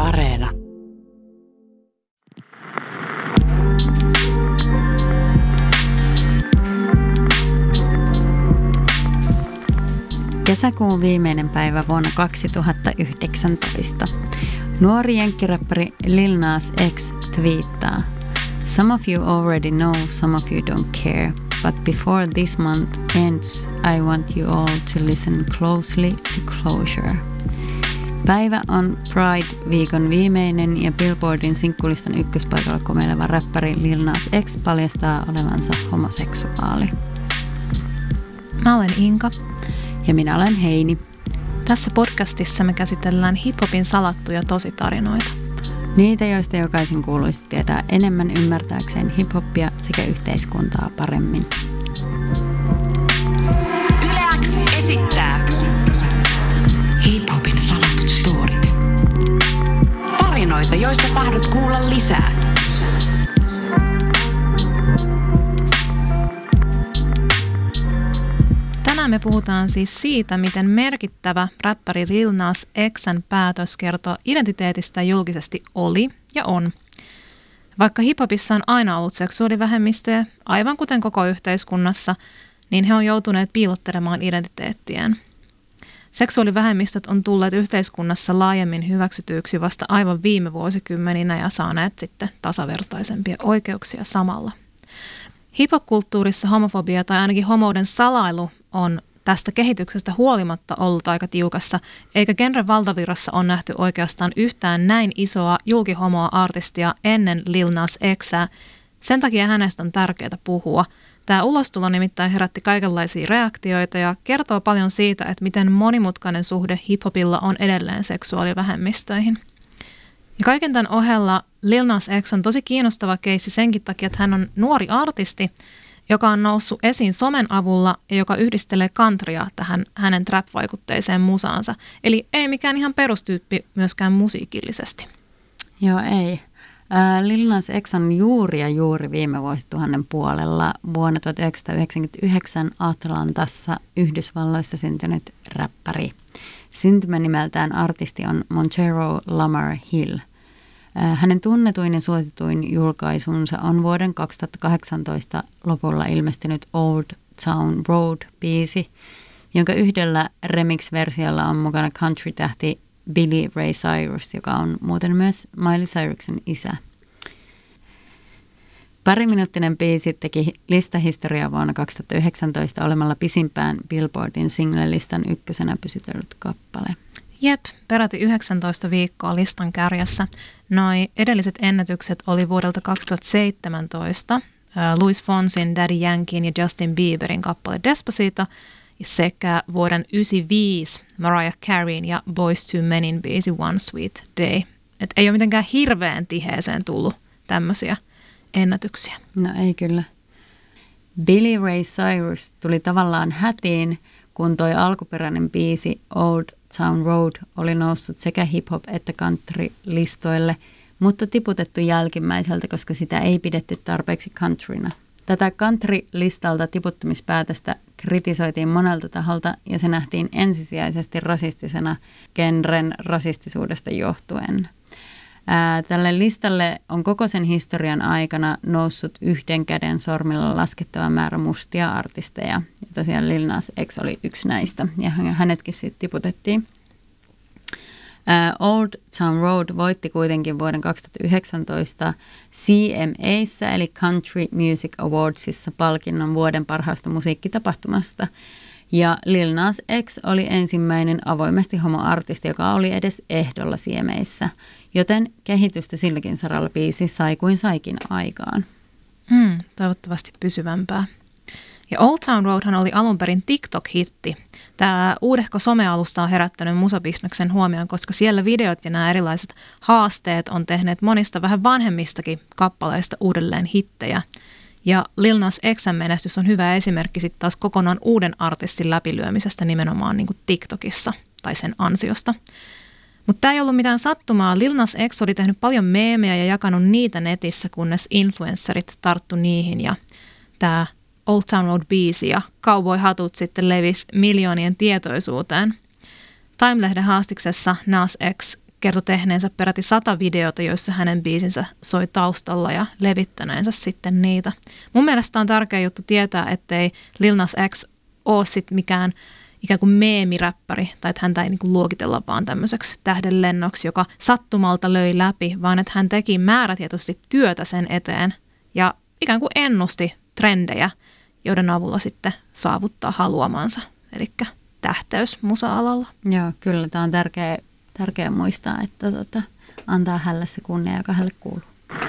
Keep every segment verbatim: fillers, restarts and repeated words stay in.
Areena. Kesäkuun viimeinen päivä vuonna kaksituhattayhdeksäntoista. Nuori jenkkiräppäri Lil Nas X twiittaa: "Some of you already know, some of you don't care. But before this month ends, I want you all to listen closely to Closure." Päivä on Pride-viikon viimeinen ja Billboardin sinkkulistan ykköspaikalla komeileva räppäri Lil Nas X paljastaa olevansa homoseksuaali. Mä olen Inka. Ja minä olen Heini. Tässä podcastissa me käsitellään hiphopin salattuja tositarinoita. Niitä, joista jokaisen kuuluisi tietää enemmän ymmärtääkseen hiphoppia sekä yhteiskuntaa paremmin. Yle X esittää hiphopin salatut storit. Tarinoita, joista tahdot kuulla lisää. Tänään me puhutaan siis siitä, miten merkittävä räppäri Lil Nas X:n päätös kertoa identiteetistä julkisesti oli ja on. Vaikka hiphopissa on aina ollut seksuaalivähemmistöjä, aivan kuten koko yhteiskunnassa, niin he on joutuneet piilottelemaan identiteettiään. Seksuaalivähemmistöt on tulleet yhteiskunnassa laajemmin hyväksytyiksi vasta aivan viime vuosikymmeninä ja saaneet sitten tasavertaisempia oikeuksia samalla. Hip-hop-kulttuurissa homofobia tai ainakin homouden salailu on tästä kehityksestä huolimatta ollut aika tiukassa, eikä genren valtavirrassa on nähty oikeastaan yhtään näin isoa julkihomoa artistia ennen Lil Nas X:ää. Sen takia hänestä on tärkeää puhua. Tämä ulostulo nimittäin herätti kaikenlaisia reaktioita ja kertoo paljon siitä, että miten monimutkainen suhde hiphopilla on edelleen seksuaalivähemmistöihin. Ja kaiken tämän ohella Lil Nas X on tosi kiinnostava keissi senkin takia, että hän on nuori artisti, joka on noussut esiin somen avulla ja joka yhdistelee countrya tähän hänen trap-vaikutteiseen musaansa. Eli ei mikään ihan perustyyppi myöskään musiikillisesti. Joo, ei. Äh, Lil Nas X on juuri ja juuri viime vuosituhannen puolella vuonna tuhatyhdeksänsataayhdeksänkymmentäyhdeksän Atlantassa Yhdysvalloissa syntynyt räppäri. Syntymänimeltään artisti on Montero Lamar Hill. Hänen tunnetuin ja suosituin julkaisunsa on vuoden kaksituhattakahdeksantoista lopulla ilmestynyt Old Town Road-biisi, jonka yhdellä remix-versiolla on mukana country-tähti Billy Ray Cyrus, joka on muuten myös Miley Cyrusin isä. Pariminuuttinen biisi teki listahistoriaa vuonna kaksituhattayhdeksäntoista olemalla pisimpään Billboardin single-listan ykkösenä pysytellyt kappale. Jep, peräti yhdeksäntoista viikkoa listan kärjessä. Noi edelliset ennätykset oli vuodelta kaksituhattaseitsemäntoista Luis Fonsin, Daddy Yankeein ja Justin Bieberin kappale Despacito sekä vuoden yhdeksänkymmentäviisi Mariah Careyn ja Boyz two Menin biisi One Sweet Day. Et ei ole mitenkään hirveän tiheeseen tullut tämmöisiä ennätyksiä. No ei kyllä. Billy Ray Cyrus tuli tavallaan hätiin, kun toi alkuperäinen biisi Old Town Road oli noussut sekä hip-hop että country-listoille, mutta tiputettu jälkimmäiseltä, koska sitä ei pidetty tarpeeksi countryna. Tätä country-listalta tiputtumispäätöstä kritisoitiin monelta taholta ja se nähtiin ensisijaisesti rasistisena genren rasistisuudesta johtuen. Ää, tälle listalle on koko sen historian aikana noussut yhden käden sormilla laskettava määrä mustia artisteja. Ja tosiaan Lil Nas X oli yksi näistä ja hänetkin sitten tiputettiin. Ää, Old Town Road voitti kuitenkin vuoden kaksituhattayhdeksäntoista C M A:ssä eli Country Music Awardsissa palkinnon vuoden parhaasta musiikkitapahtumasta. Ja Lil Nas X oli ensimmäinen avoimesti homoartisti, joka oli edes ehdolla C M A:ssä, joten kehitystä silläkin saralla biisi sai kuin saikin aikaan. Hmm, toivottavasti pysyvämpää. Ja Old Town Roadhan oli alun perin TikTok-hitti. Tämä uudehko somealusta on herättänyt musabisneksen huomioon, koska siellä videot ja nämä erilaiset haasteet on tehneet monista vähän vanhemmistakin kappaleista uudelleen hittejä. Ja Lil Nas X:n menestys on hyvä esimerkki sitten taas kokonaan uuden artistin läpilyömisestä nimenomaan niin kuin TikTokissa tai sen ansiosta. Mutta tämä ei ollut mitään sattumaa. Lil Nas X oli tehnyt paljon meemejä ja jakanut niitä netissä, kunnes influencerit tarttu niihin. Ja tämä Old Town Road-biisi ja cowboy-hatut sitten levisi miljoonien tietoisuuteen. Time-lehden haastiksessa Nas X kertoi tehneensä peräti sata videota, joissa hänen biisinsä soi taustalla ja levittäneensä sitten niitä. Mun mielestä on tärkeä juttu tietää, ettei Lil Nas X ole sit mikään ikään kuin meemiräppäri, tai että häntä ei niin kuin luokitella vaan tämmöiseksi tähdenlennoksi, joka sattumalta löi läpi, vaan että hän teki määrätietoisesti työtä sen eteen ja ikään kuin ennusti trendejä, joiden avulla sitten saavuttaa haluamansa, eli tähtäys musa-alalla. Joo, kyllä tämä on tärkeä, tärkeä muistaa, että tota, antaa hänelle se kunnia, joka hänelle kuuluu.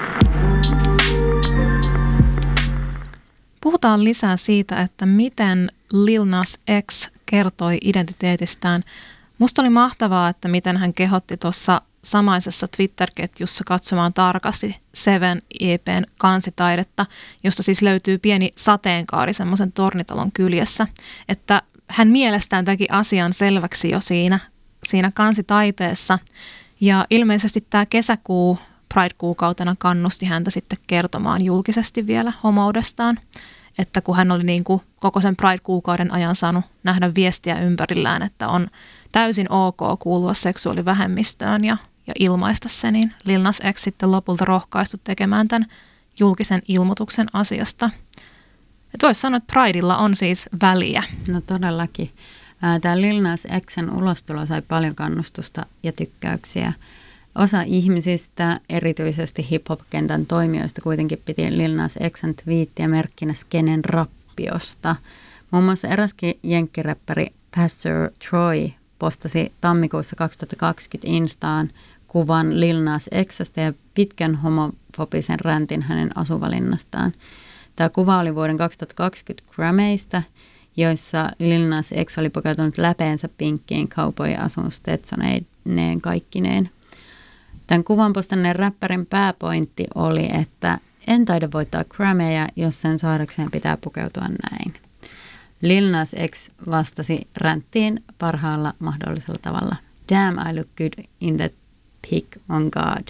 Puhutaan lisää siitä, että miten Lil Nas X kertoi identiteetistään. Musta oli mahtavaa, että miten hän kehotti tuossa samaisessa Twitter-ketjussa katsomaan tarkasti Seven E P:n kansitaidetta, josta siis löytyy pieni sateenkaari semmoisen tornitalon kyljessä, että hän mielestään teki asian selväksi jo siinä, siinä kansitaiteessa. Ja ilmeisesti tämä kesäkuu Pride-kuukautena kannusti häntä sitten kertomaan julkisesti vielä homoudestaan, että kun hän oli niin kuin koko sen Pride-kuukauden ajan saanut nähdä viestiä ympärillään, että on täysin ok kuulua seksuaalivähemmistöön ja, ja ilmaista se, niin Lil Nas X sitten lopulta rohkaistu tekemään tämän julkisen ilmoituksen asiasta. Että voisi sanoa, että Pridella on siis väliä. No todellakin. Tämä Lil Nas X:n ulostulo sai paljon kannustusta ja tykkäyksiä. Osa ihmisistä, erityisesti hip-hop-kentän toimijoista, kuitenkin piti Lil Nas X:n twiittiä merkkinä skenen rappiosta. Muun muassa eräskin jenkkiräppäri Pastor Troy postasi tammikuussa kaksituhattakaksikymmentä Instaan kuvan Lil Nas X:stä ja pitkän homofobisen räntin hänen asuvalinnastaan. Tämä kuva oli vuoden kaksituhattakaksikymmentä Grammyista, joissa Lil Nas X oli pukeutunut läpeensä pinkkiin cowboy-asun Stetsoneineen kaikkineen. Tämän kuvan postanneen räppärin pääpointti oli, että en taida voittaa Grammyja, jos sen saadakseen pitää pukeutua näin. Lil Nas X vastasi ränttiin parhaalla mahdollisella tavalla. Damn, I look good in that pic on God.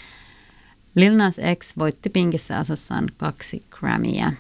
Lil Nas X voitti pinkissä asussaan kaksi Grammyä.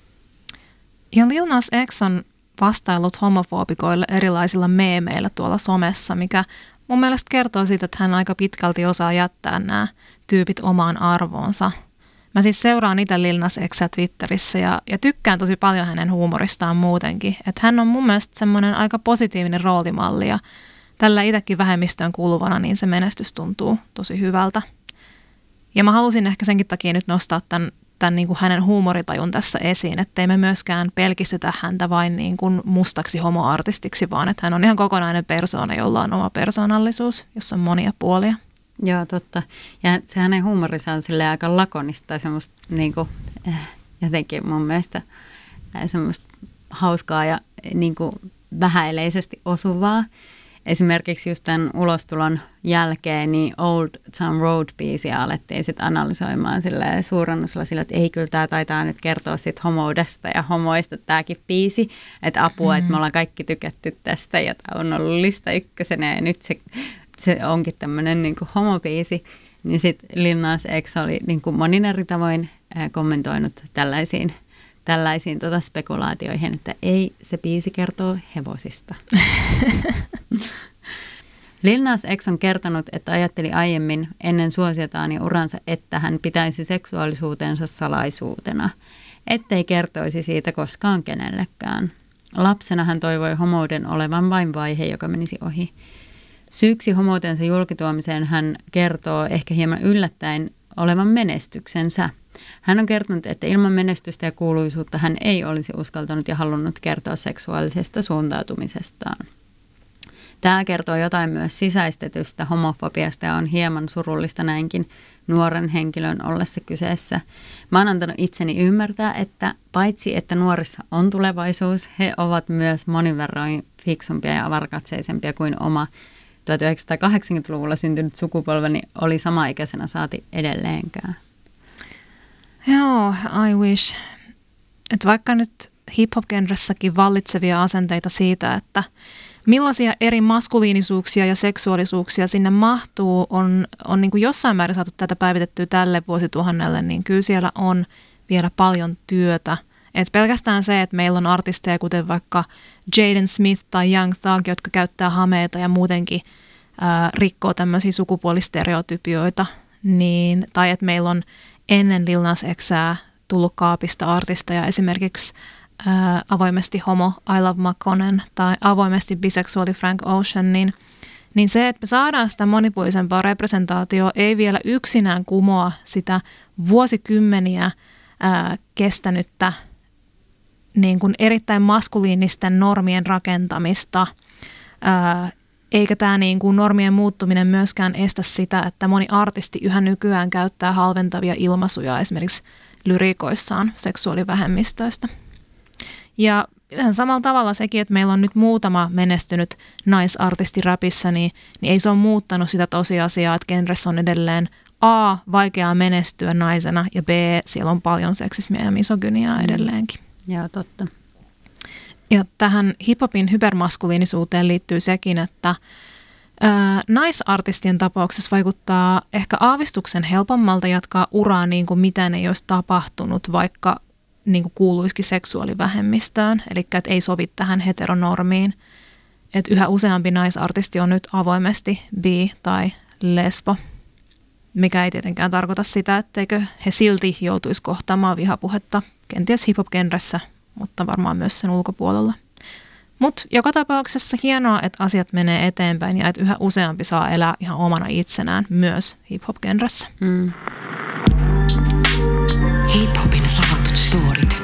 Ja Lil Nas X on vastaillut homofobikoille erilaisilla meemeillä tuolla somessa, mikä mun mielestä kertoo siitä, että hän aika pitkälti osaa jättää nämä tyypit omaan arvoonsa. Mä siis seuraan itse Lil Nas X:ää Twitterissä ja, ja tykkään tosi paljon hänen huumoristaan muutenkin. Että hän on mun mielestä semmoinen aika positiivinen roolimalli ja tällä itsekin vähemmistöön kuuluvana niin se menestys tuntuu tosi hyvältä. Ja mä halusin ehkä senkin takia nyt nostaa tämän, tämän niin kuin hänen huumoritajun tässä esiin, ettei me myöskään pelkistetä häntä vain niin kuin mustaksi homoartistiksi, vaan että hän on ihan kokonainen persoona, jolla on oma persoonallisuus, jossa on monia puolia. Joo, totta. Ja se hänen huumorinsa on silleen aika lakonista ja semmoista niin kuin, äh, jotenkin mun mielestä äh, semmoista hauskaa ja niin kuin vähäileisesti osuvaa. Esimerkiksi just tämän ulostulon jälkeen niin Old Town Road-biisiä alettiin sitten analysoimaan silleen suurennusella sillä, että ei kyllä tämä taitaa nyt kertoa sitten homoudesta ja homoista tämäkin biisi, että apua, mm. että me ollaan kaikki tykätty tästä ja tämä on ollut lista ykkösenä ja nyt se, se onkin tämmöinen niin kuin homobiisi. Niin sitten Lil Nas X oli niin kuin monin eri tavoin äh, kommentoinut tällaisiin, tällaisiin tota spekulaatioihin, että ei, se biisi kertoo hevosista. Lil Nas X on kertonut, että ajatteli aiemmin ennen suosiotaan ja uransa, että hän pitäisi seksuaalisuutensa salaisuutena, ettei kertoisi siitä koskaan kenellekään. Lapsena hän toivoi homouden olevan vain vaihe, joka menisi ohi. Syyksi homoutensa julkituomiseen hän kertoo ehkä hieman yllättäen olevan menestyksensä. Hän on kertonut, että ilman menestystä ja kuuluisuutta hän ei olisi uskaltanut ja halunnut kertoa seksuaalisesta suuntautumisestaan. Tämä kertoo jotain myös sisäistetystä homofobiasta ja on hieman surullista näinkin nuoren henkilön ollessa kyseessä. Mä oon antanut itseni ymmärtää, että paitsi että nuorissa on tulevaisuus, he ovat myös monin verroin fiksumpia ja avarkatseisempia kuin oma tuhatyhdeksänsataakahdeksankymmentäluvulla syntynyt sukupolveni oli samaikäisenä saati edelleenkään. Joo, I wish. Että vaikka nyt hip-hop-genressäkin vallitsevia asenteita siitä, että millaisia eri maskuliinisuuksia ja seksuaalisuuksia sinne mahtuu, on, on niin kuin jossain määrin saatu tätä päivitettyä tälle vuosituhannelle, niin kyllä siellä on vielä paljon työtä. Et pelkästään se, että meillä on artisteja kuten vaikka Jaden Smith tai Young Thug, jotka käyttää hameita ja muutenkin ää, rikkoo tämmöisiä sukupuolistereotypioita, niin, tai että meillä on ennen Lil Nas Xää tullut kaapista artisteja, esimerkiksi ää, avoimesti homo I Love Makonnen tai avoimesti biseksuaali Frank Ocean, niin, niin se, että me saadaan sitä monipuolisempaa representaatioa, ei vielä yksinään kumoa sitä vuosikymmeniä ää, kestänyttä niin kuin erittäin maskuliinisten normien rakentamista, ää, eikä tämä niin kuin normien muuttuminen myöskään estä sitä, että moni artisti yhä nykyään käyttää halventavia ilmaisuja esimerkiksi lyriikoissaan seksuaalivähemmistöistä. Ja ihan samalla tavalla sekin, että meillä on nyt muutama menestynyt naisartisti räpissä, niin, niin ei se ole muuttanut sitä tosiasiaa, että genressä on edelleen A, vaikeaa menestyä naisena ja B, siellä on paljon seksismiä ja misogyniaa edelleenkin. Joo, totta. Ja tähän hiphopin hypermaskuliinisuuteen liittyy sekin, että ää, naisartistien tapauksessa vaikuttaa ehkä aavistuksen helpommalta jatkaa uraa niin kuin mitään ei olisi tapahtunut, vaikka niin kuin kuuluisikin seksuaalivähemmistöön, eli että ei sovi tähän heteronormiin. Että yhä useampi naisartisti on nyt avoimesti bi tai lesbo, mikä ei tietenkään tarkoita sitä, etteikö he silti joutuisi kohtaamaan vihapuhetta, kenties hip-hop-genressä, mutta varmaan myös sen ulkopuolella. Mutta joka tapauksessa hienoa, että asiat menee eteenpäin ja että yhä useampi saa elää ihan omana itsenään myös hip-hop-genressä. Mm. Hip-hopin salatut storit.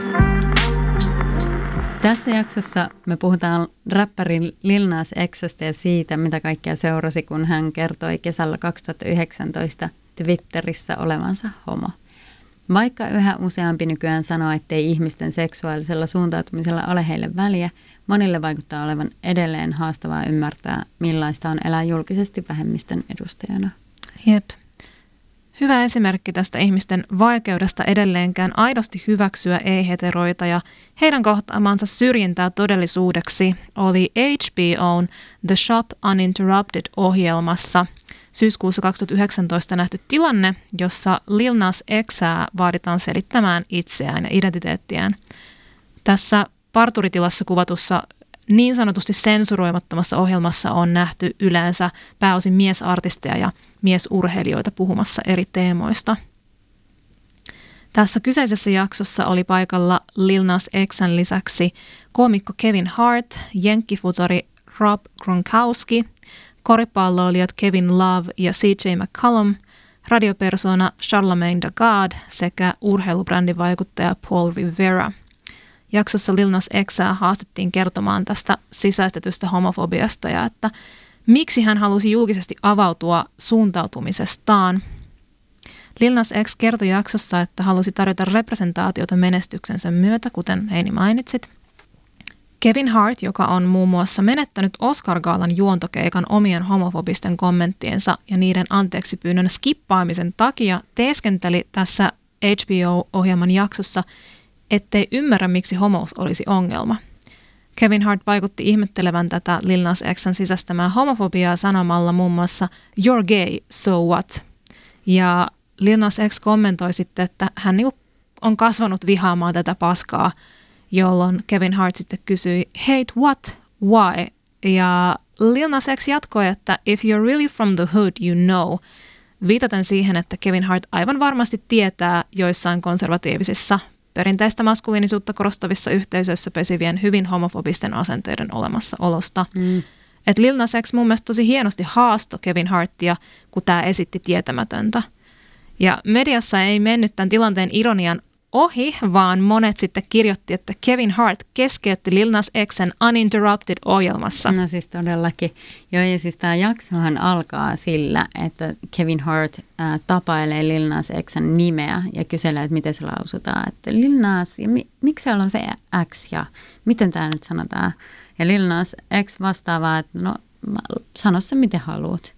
Tässä jaksossa me puhutaan räppärin Lil Nas X:stä ja siitä, mitä kaikkea seurasi, kun hän kertoi kesällä kaksituhattayhdeksäntoista Twitterissä olevansa homo. Vaikka yhä useampi nykyään sanoo, ettei ihmisten seksuaalisella suuntautumisella ole heille väliä, monille vaikuttaa olevan edelleen haastavaa ymmärtää, millaista on elää julkisesti vähemmistön edustajana. Jep. Hyvä esimerkki tästä ihmisten vaikeudesta edelleenkään aidosti hyväksyä ei-heteroita ja heidän kohtaamansa syrjintää todellisuudeksi oli H B O:n The Shop Uninterrupted-ohjelmassa syyskuussa kaksituhattayhdeksäntoista nähty tilanne, jossa Lil Nas Xää vaaditaan selittämään itseään ja identiteettiään. Tässä parturitilassa kuvatussa niin sanotusti sensuroimattomassa ohjelmassa on nähty yleensä pääosin miesartisteja ja miesurheilijoita puhumassa eri teemoista. Tässä kyseisessä jaksossa oli paikalla Lil Nas X:n lisäksi koomikko Kevin Hart, jenkkifutari Rob Gronkowski, koripalloilijat Kevin Love ja C J McCollum, radiopersona Charlamagne tha God sekä urheilubrändin vaikuttaja Paul Rivera. Jaksossa Lil Nas Xää haastettiin kertomaan tästä sisäistetystä homofobiasta ja että miksi hän halusi julkisesti avautua suuntautumisestaan. Lil Nas X kertoi jaksossa, että halusi tarjota representaatiota menestyksensä myötä, kuten Heini mainitsit. Kevin Hart, joka on muun muassa menettänyt Oscar-gaalan juontokeikan omien homofobisten kommenttiensa ja niiden anteeksipyynnön skippaamisen takia, teeskenteli tässä H B O-ohjelman jaksossa, ettei ymmärrä, miksi homous olisi ongelma. Kevin Hart vaikutti ihmettelevän tätä Lil Nas X:n sisäistämää homofobiaa sanomalla muun muassa "You're gay, so what?" Ja Lil Nas X kommentoi sitten, että hän on kasvanut vihaamaan tätä paskaa, jolloin Kevin Hart sitten kysyi "Hate what? Why?" Ja Lil Nas X jatkoi, että "If you're really from the hood, you know." Viitaten siihen, että Kevin Hart aivan varmasti tietää joissain konservatiivisissa perinteistä maskuliinisuutta korostavissa yhteisöissä pesivien hyvin homofobisten asenteiden olemassaolosta. Mm. Et Lil Nas X mun mielestä tosi hienosti haasto Kevin Hartia, kun tämä esitti tietämätöntä. Ja mediassa ei mennyt tämän tilanteen ironian ohi, vaan monet sitten kirjoitti, että Kevin Hart keskeytti Lil Nas X:n Uninterrupted-ohjelmassa. No siis todellakin. Joo, ja siis tämä jaksohan alkaa sillä, että Kevin Hart ää, tapailee Lil Nas X:n nimeä ja kyselee, että miten se lausutaan. Että Lil Nas, ja mi, miksi siellä on se X ja miten tämä nyt sanotaan? Ja Lil Nas X vastaa vaan, että no sano se miten haluat.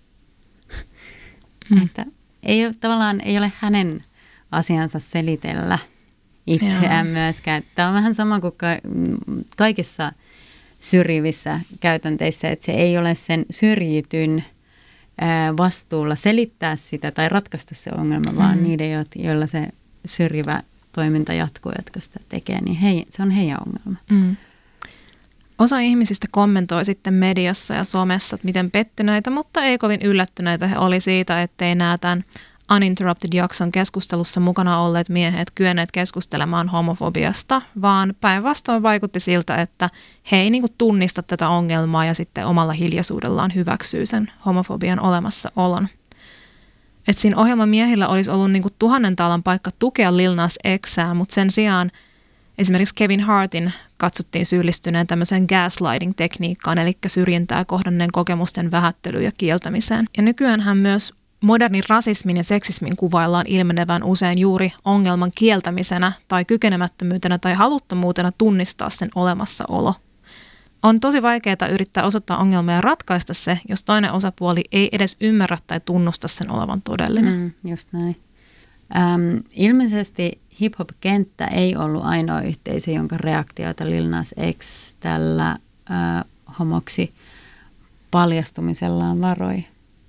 Mm. Että ei, tavallaan ei ole hänen asiansa selitellä itseään Joo. myöskään. Tämä on vähän sama kuin ka- kaikissa syrjivissä käytänteissä, että se ei ole sen syrjityn ää, vastuulla selittää sitä tai ratkaista se ongelma, mm. vaan niiden, joilla se syrjivä toiminta jatkuu, jotka sitä tekee, niin hei, se on heidän ongelma. Mm. Osa ihmisistä kommentoi sitten mediassa ja somessa, että miten pettyneitä, mutta ei kovin yllättyneitä he oli siitä, ettei nämä tämän Uninterrupted-jakson keskustelussa mukana olleet miehet kyenneet keskustelemaan homofobiasta, vaan päinvastoin vaikutti siltä, että he ei niinku tunnista tätä ongelmaa ja sitten omalla hiljaisuudellaan hyväksyy sen homofobian olemassaolon. Et siinä ohjelman miehillä olisi ollut niinku tuhannen taalan paikka tukea Lil Nas Xää, mutta sen sijaan esimerkiksi Kevin Hartin katsottiin syyllistyneen tämmöiseen gaslighting-tekniikkaan, eli syrjintää kohdanneen kokemusten vähättelyyn ja kieltämiseen. Ja nykyäänhän myös modernin rasismin ja seksismin kuvaillaan ilmenevän usein juuri ongelman kieltämisenä tai kykenemättömyytenä tai haluttomuutena tunnistaa sen olemassaolo. On tosi vaikeaa yrittää osoittaa ongelmaa ja ratkaista se, jos toinen osapuoli ei edes ymmärrä tai tunnusta sen olevan todellinen. Mm, just näin. Ähm, ilmeisesti hip-hop-kenttä ei ollut ainoa yhteisö, jonka reaktioita Lil Nas X tällä äh, homoksi paljastumisellaan varoi.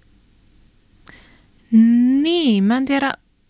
Niin, mä en tiedä,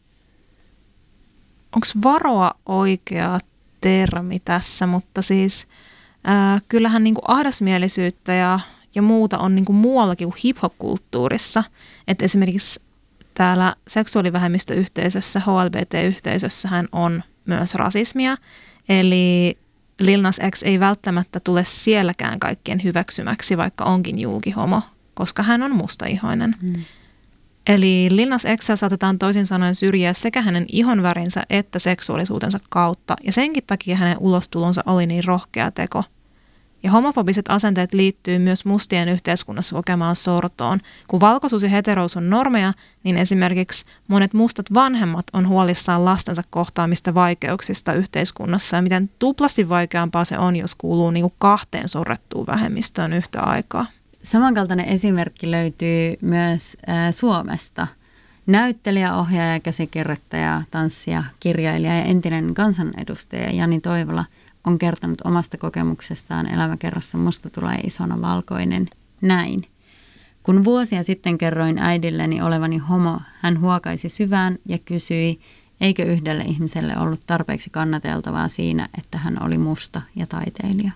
onko varoa oikea termi tässä, mutta siis ää, kyllähän niinku ahdasmielisyyttä ja, ja muuta on niinku muuallakin kuin hip-hop-kulttuurissa. Et esimerkiksi täällä seksuaalivähemmistöyhteisössä, H L B T-yhteisössähän on myös rasismia, eli Lil Nas X ei välttämättä tule sielläkään kaikkien hyväksymäksi, vaikka onkin julkihomo, koska hän on mustaihoinen. Hmm. Eli Lil Nas X:ää saatetaan toisin sanoen syrjiä sekä hänen ihonvärinsä että seksuaalisuutensa kautta, ja senkin takia hänen ulostulonsa oli niin rohkea teko. Ja homofobiset asenteet liittyy myös mustien yhteiskunnassa kokemaan sortoon. Kun valkoisuus ja heterous on normeja, niin esimerkiksi monet mustat vanhemmat on huolissaan lastensa kohtaamista vaikeuksista yhteiskunnassa, ja miten tuplasti vaikeampaa se on, jos kuuluu niin kuin kahteen sorrettuun vähemmistöön yhtä aikaa. Samankaltainen esimerkki löytyy myös ä, Suomesta. Näyttelijä, ohjaaja, käsikirjoittaja, tanssija, kirjailija ja entinen kansanedustaja Jani Toivola on kertonut omasta kokemuksestaan elämäkerrassa Musta tulee isona valkoinen näin. Kun vuosia sitten kerroin äidilleni olevani homo, hän huokaisi syvään ja kysyi, eikö yhdelle ihmiselle ollut tarpeeksi kannateltavaa siinä, että hän oli musta ja taiteilija.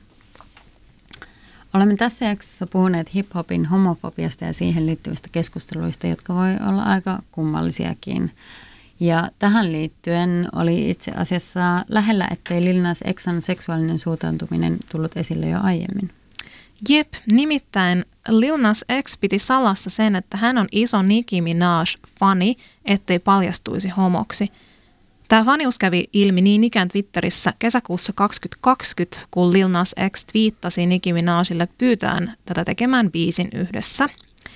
Olemme tässä jaksossa puhuneet hip-hopin homofobiasta ja siihen liittyvistä keskusteluista, jotka voi olla aika kummallisiakin. Ja tähän liittyen oli itse asiassa lähellä, ettei Lil Nas X:n seksuaalinen suuntautuminen tullut esille jo aiemmin. Jep, nimittäin Lil Nas X piti salassa sen, että hän on iso Nicki Minaj-fani, ettei paljastuisi homoksi. Tämä fanius kävi ilmi niin ikään Twitterissä kesäkuussa kaksituhattakaksikymmentä, kun Lil Nas X twiittasi Nicki Minajille pyytäen tätä tekemään biisin yhdessä.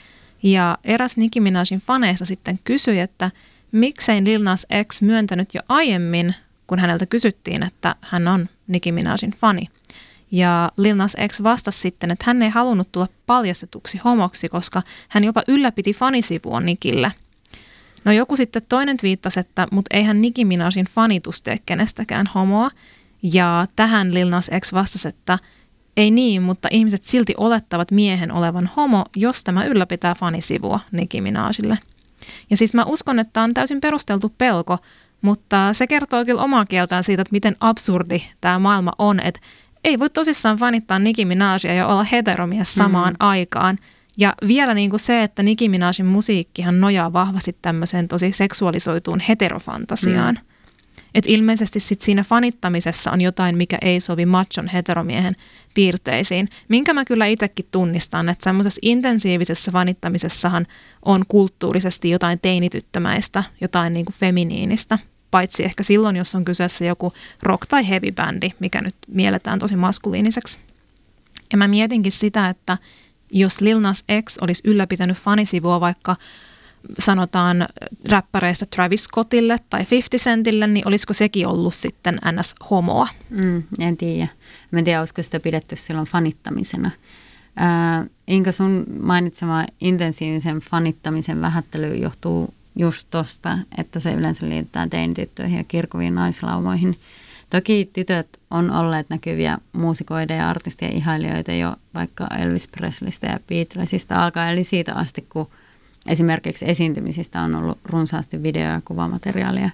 Ja eräs Nicki Minajin faneista sitten kysyi, että miksei Lil Nas X myöntänyt jo aiemmin, kun häneltä kysyttiin, että hän on Nicki Minajin fani. Ja Lil Nas X vastasi sitten, että hän ei halunnut tulla paljastetuksi homoksi, koska hän jopa ylläpiti fanisivua Nickille. No joku sitten toinen twiittasi, että mut eihän Nicki Minajin fanitus tee kenestäkään homoa. Ja tähän Lil Nas X vastasi, että ei niin, mutta ihmiset silti olettavat miehen olevan homo, jos tämä ylläpitää fanisivua Nicki Minajille. Ja siis mä uskon, että tämä on täysin perusteltu pelko, mutta se kertoo kyllä omaa kieltään siitä, että miten absurdi tämä maailma on, että ei voi tosissaan fanittaa Nicki Minajia ja olla heteromies samaan mm. aikaan. Ja vielä niin kuin se, että Nicki Minajin musiikkihan nojaa vahvasti tämmöiseen tosi seksuaalisoituun heterofantasiaan. Mm. Että ilmeisesti sit siinä fanittamisessa on jotain, mikä ei sovi machon heteromiehen piirteisiin, minkä mä kyllä itsekin tunnistan, että semmoisessa intensiivisessä fanittamisessahan on kulttuurisesti jotain teinityttömäistä, jotain niin kuin feminiinistä, paitsi ehkä silloin, jos on kyseessä joku rock- tai heavy-bändi, mikä nyt mielletään tosi maskuliiniseksi. Ja mä mietinkin sitä, että jos Lil Nas X olisi ylläpitänyt fanisivua vaikka sanotaan räppäreistä Travis Scottille tai viisikymmentä Centille, niin olisiko sekin ollut sitten ns. Homoa? Mm, en tiedä. Mä en tiedä, olisiko sitä pidetty silloin fanittamisena. Ää, Inka, sun mainitsema intensiivisen fanittamisen vähättely johtuu just tosta, että se yleensä liitetään teinityttöihin ja kirkuviin naislaumoihin. Toki tytöt on olleet näkyviä muusikoiden ja artistien ihailijoita jo vaikka Elvis Presleystä ja Beatlesista alkaen, eli siitä asti, kun esimerkiksi esiintymisistä on ollut runsaasti video- ja kuvamateriaalia.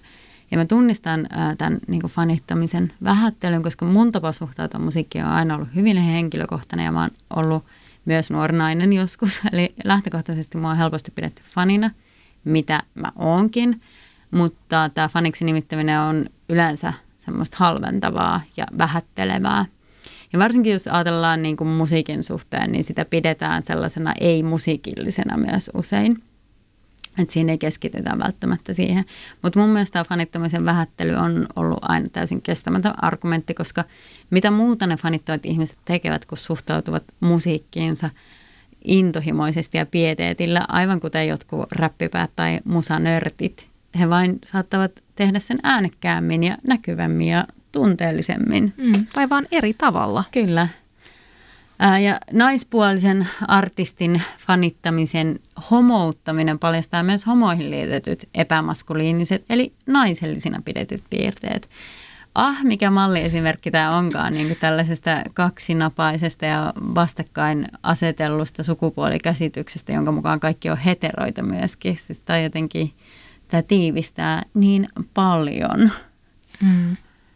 Ja mä tunnistan ää, tämän niin kuin fanittamisen vähättelyn, koska mun tapa suhtautua musiikkiin on aina ollut hyvin henkilökohtainen ja mä oon ollut myös nuori nainen joskus. Eli lähtökohtaisesti mua on helposti pidetty fanina, mitä mä oonkin, mutta tämä faniksi nimittäminen on yleensä semmoista halventavaa ja vähättelevää. Ja varsinkin jos ajatellaan niin kuin musiikin suhteen, niin sitä pidetään sellaisena ei-musiikillisena myös usein. Että siinä ei keskitytä välttämättä siihen. Mutta mun mielestä tämä fanittamisen vähättely on ollut aina täysin kestämätön argumentti, koska mitä muuta ne fanittavat ihmiset tekevät, kun suhtautuvat musiikkiinsa intohimoisesti ja pieteetillä, aivan kuten jotkut räppipäät tai musanörtit. He vain saattavat tehdä sen äänekkäämmin ja näkyvämmin ja tunteellisemmin. Mm, tai vaan eri tavalla. Kyllä. Ää, ja naispuolisen artistin fanittamisen homouttaminen paljastaa myös homoihin liitetyt epämaskuliiniset, eli naisellisina pidetyt piirteet. Ah, mikä malliesimerkki tämä onkaan niin kuin tällaisesta kaksinapaisesta ja vastakkain asetellusta sukupuolikäsityksestä, jonka mukaan kaikki on heteroita myöskin. Siis tämä jotenkin, tämä tiivistää niin paljon. Mm.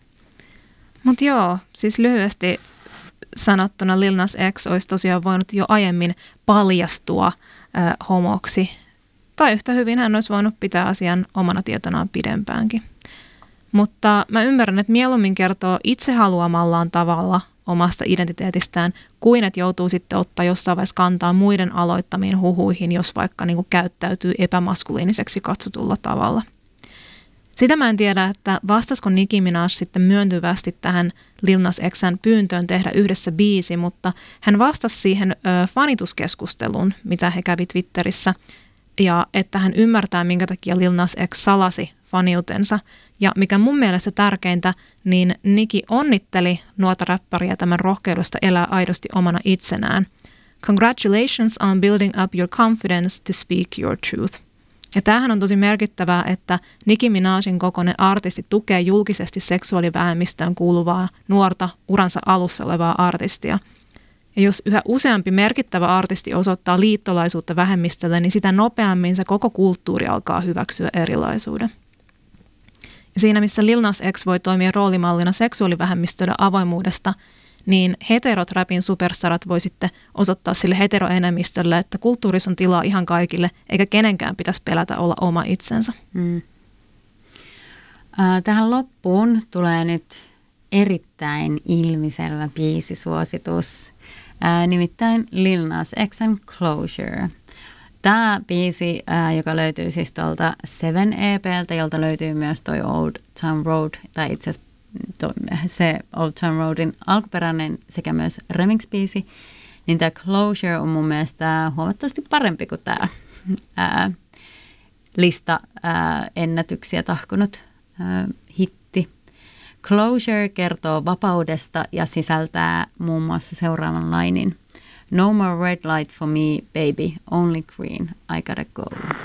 Mutta joo, siis lyhyesti sanottuna Lil Nas X olisi tosiaan voinut jo aiemmin paljastua äh, homoksi. Tai yhtä hyvin hän olisi voinut pitää asian omana tietonaan pidempäänkin. Mutta mä ymmärrän, että mieluummin kertoo itse haluamallaan tavalla omasta identiteetistään, kuin että joutuu sitten ottaa jossain vaiheessa kantaa muiden aloittamiin huhuihin, jos vaikka niin kuin käyttäytyy epämaskuliiniseksi katsotulla tavalla. Sitä mä en tiedä, että vastasiko Nicki Minaj sitten myöntyvästi tähän Lil Nas X:n pyyntöön tehdä yhdessä biisi, mutta hän vastasi siihen ö, fanituskeskusteluun, mitä he kävi Twitterissä, ja että hän ymmärtää, minkä takia Lil Nas X salasi faniutensa. Ja mikä mun mielestä tärkeintä, niin Nicki onnitteli nuorta räppäriä tämän rohkeudesta elää aidosti omana itsenään. Congratulations on building up your confidence to speak your truth. Ja tämähän on tosi merkittävää, että Nicki Minajin kokoinen artisti tukee julkisesti seksuaalivähemmistöön kuuluvaa nuorta uransa alussa olevaa artistia. Ja jos yhä useampi merkittävä artisti osoittaa liittolaisuutta vähemmistölle, niin sitä nopeammin se koko kulttuuri alkaa hyväksyä erilaisuuden. Ja siinä, missä Lil Nas X voi toimia roolimallina seksuaalivähemmistölle avoimuudesta, niin heterot rapin superstarat voi sitten osoittaa sille heteroenemmistölle, että kulttuurissa on tilaa ihan kaikille, eikä kenenkään pitäisi pelätä olla oma itsensä. Mm. Tähän loppuun tulee nyt erittäin ilmiselvä biisisuositus, Ää, nimittäin Lil Nas X:n Closure. Tämä biisi, ää, joka löytyy siis tuolta Seven E P:ltä, jolta löytyy myös toi Old Town Road, tai itse asiassa to, se Old Town Roadin alkuperäinen sekä myös remix-biisi, niin tämä Closure on mun mielestä huomattavasti parempi kuin tämä ää, lista ää, ennätyksiä tahkonut ää, hitti. Closure kertoo vapaudesta ja sisältää muun muassa seuraavan lainin. No more red light for me, baby, only green, I gotta go.